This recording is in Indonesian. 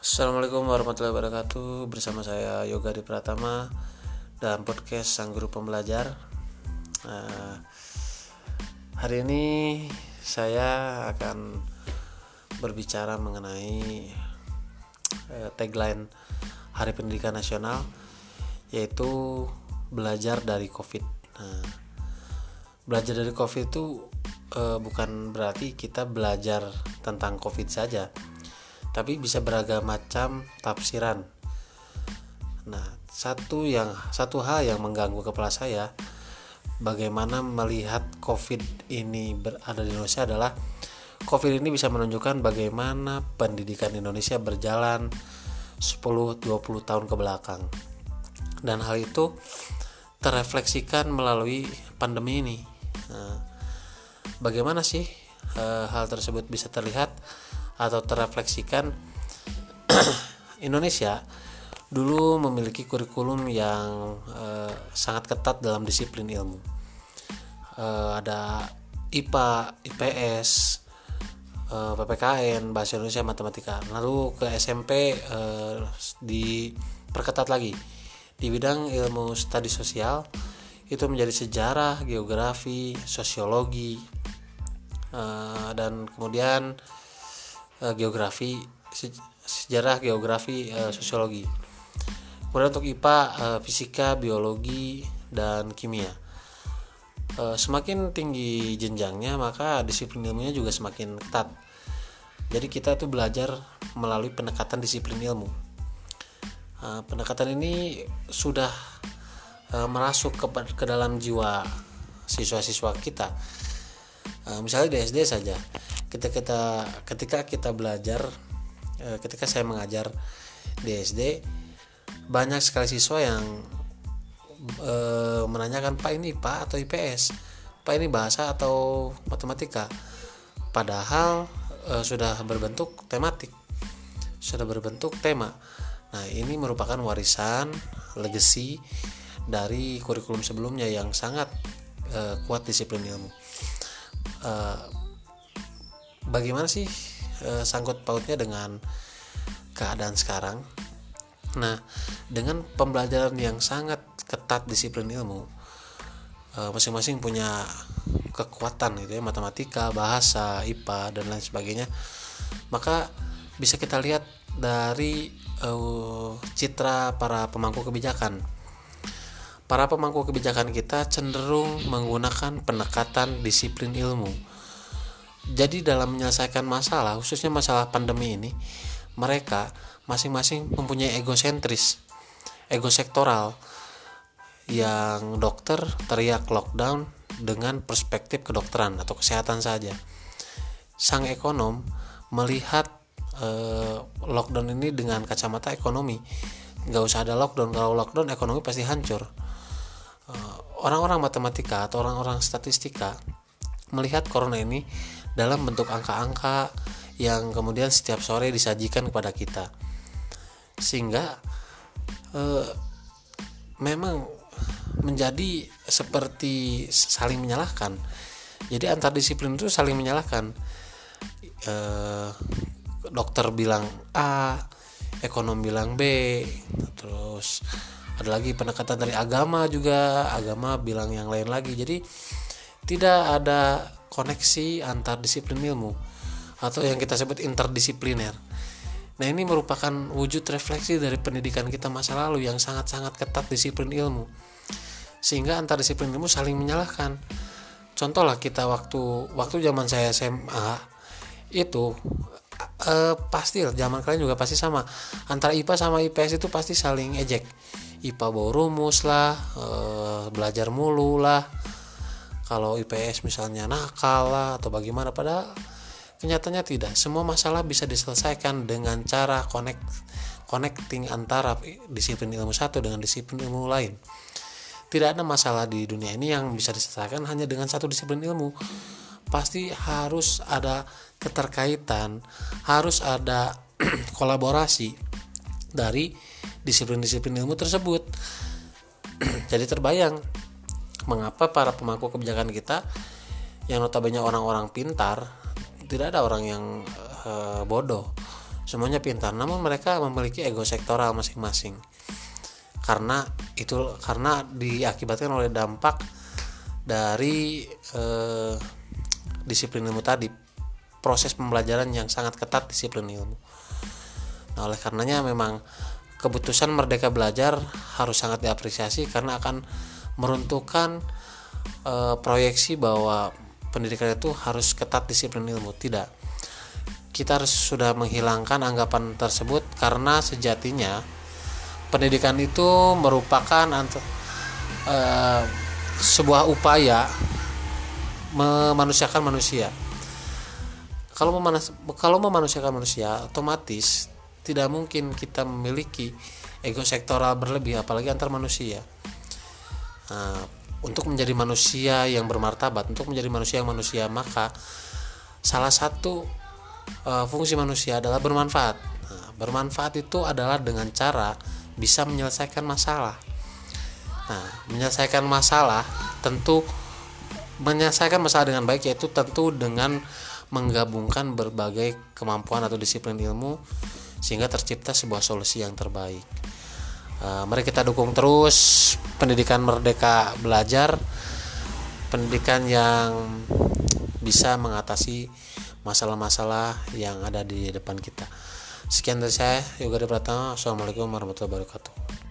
Assalamualaikum warahmatullahi wabarakatuh. Bersama saya Yoga Di Pratama dalam podcast Sang Guru Pembelajar. Hari ini saya akan berbicara mengenai tagline Hari Pendidikan Nasional, yaitu belajar dari COVID. Belajar dari COVID itu bukan berarti kita belajar tentang COVID saja, tapi bisa beragam macam tafsiran. Nah, satu hal yang mengganggu kepala saya bagaimana melihat COVID ini berada di Indonesia adalah COVID ini bisa menunjukkan bagaimana pendidikan Indonesia berjalan 10-20 tahun ke belakang. Dan hal itu terefleksikan melalui pandemi ini. Nah, bagaimana sih hal tersebut bisa terlihat atau terefleksikan? Indonesia dulu memiliki kurikulum yang sangat ketat dalam disiplin ilmu. Ada IPA, IPS, PPKN, Bahasa Indonesia, Matematika. Lalu ke SMP diperketat lagi di bidang ilmu studi sosial, itu menjadi sejarah, geografi, sosiologi, dan kemudian sejarah, geografi, sosiologi. Kemudian untuk IPA, fisika, biologi, dan kimia. Semakin tinggi jenjangnya, maka disiplin ilmunya juga semakin ketat. Jadi kita tuh belajar melalui pendekatan disiplin ilmu. Pendekatan ini sudah merasuk ke dalam jiwa siswa-siswa kita. Misalnya di SD saja, ketika kita belajar, ketika saya mengajar di SD, banyak sekali siswa yang menanyakan, Pak ini IPA atau IPS, Pak ini bahasa atau matematika, padahal sudah berbentuk tematik, sudah berbentuk tema. Nah, ini merupakan warisan legacy dari kurikulum sebelumnya yang sangat kuat disiplin ilmu. Bagaimana sih sangkut pautnya dengan keadaan sekarang? Nah, dengan pembelajaran yang sangat ketat disiplin ilmu, masing-masing punya kekuatan gitu ya, matematika, bahasa, IPA, dan lain sebagainya. Maka bisa kita lihat dari citra para pemangku kebijakan. Para pemangku kebijakan kita cenderung menggunakan pendekatan disiplin ilmu. Jadi dalam menyelesaikan masalah, khususnya masalah pandemi ini, mereka masing-masing mempunyai ego sektoral. Yang dokter teriak lockdown dengan perspektif kedokteran atau kesehatan saja. Sang ekonom melihat lockdown ini dengan kacamata ekonomi. Nggak usah ada lockdown, kalau lockdown ekonomi pasti hancur. Orang-orang matematika atau orang-orang statistika melihat corona ini dalam bentuk angka-angka yang kemudian setiap sore disajikan kepada kita, sehingga memang menjadi seperti saling menyalahkan. Jadi antar disiplin itu saling menyalahkan. Dokter bilang A, ekonom bilang B, terus ada lagi pendekatan dari agama juga, agama bilang yang lain lagi. Jadi tidak ada koneksi antar disiplin ilmu atau yang kita sebut interdisipliner. Nah, ini merupakan wujud refleksi dari pendidikan kita masa lalu yang sangat-sangat ketat disiplin ilmu, sehingga antar disiplin ilmu saling menyalahkan. Contoh lah, kita waktu zaman saya SMA itu pasti zaman kalian juga pasti sama, antara IPA sama IPS itu pasti saling ejek. IPA bawa rumus lah, belajar mulu lah, kalau IPS misalnya nakal lah atau bagaimana. Padahal kenyataannya tidak. Semua masalah bisa diselesaikan dengan cara connecting antara disiplin ilmu satu dengan disiplin ilmu lain. Tidak ada masalah di dunia ini yang bisa diselesaikan hanya dengan satu disiplin ilmu. Pasti harus ada keterkaitan, harus ada kolaborasi dari disiplin-disiplin ilmu tersebut. Jadi terbayang mengapa para pemangku kebijakan kita yang notabene orang-orang pintar, tidak ada orang yang bodoh. semuanya pintar, namun mereka memiliki ego sektoral masing-masing. Karena diakibatkan oleh dampak dari disiplin ilmu tadi, proses pembelajaran yang sangat ketat disiplin ilmu. Nah, oleh karenanya memang keputusan Merdeka Belajar harus sangat diapresiasi karena akan meruntuhkan proyeksi bahwa pendidikan itu harus ketat disiplin ilmu. Tidak, kita harus sudah menghilangkan anggapan tersebut, karena sejatinya pendidikan itu merupakan sebuah upaya memanusiakan manusia. Kalau memanusiakan manusia, otomatis tidak mungkin kita memiliki ego sektoral berlebih, apalagi antar manusia. Nah, untuk menjadi manusia yang bermartabat, untuk menjadi manusia yang manusia, maka salah satu fungsi manusia adalah bermanfaat. Nah, bermanfaat itu adalah dengan cara bisa menyelesaikan masalah. Nah, menyelesaikan masalah dengan baik, yaitu tentu dengan menggabungkan berbagai kemampuan atau disiplin ilmu sehingga tercipta sebuah solusi yang terbaik. Mari kita dukung terus pendidikan Merdeka Belajar, pendidikan yang bisa mengatasi masalah-masalah yang ada di depan kita. Sekian dari saya, Yoga Pratama. Assalamualaikum warahmatullahi wabarakatuh.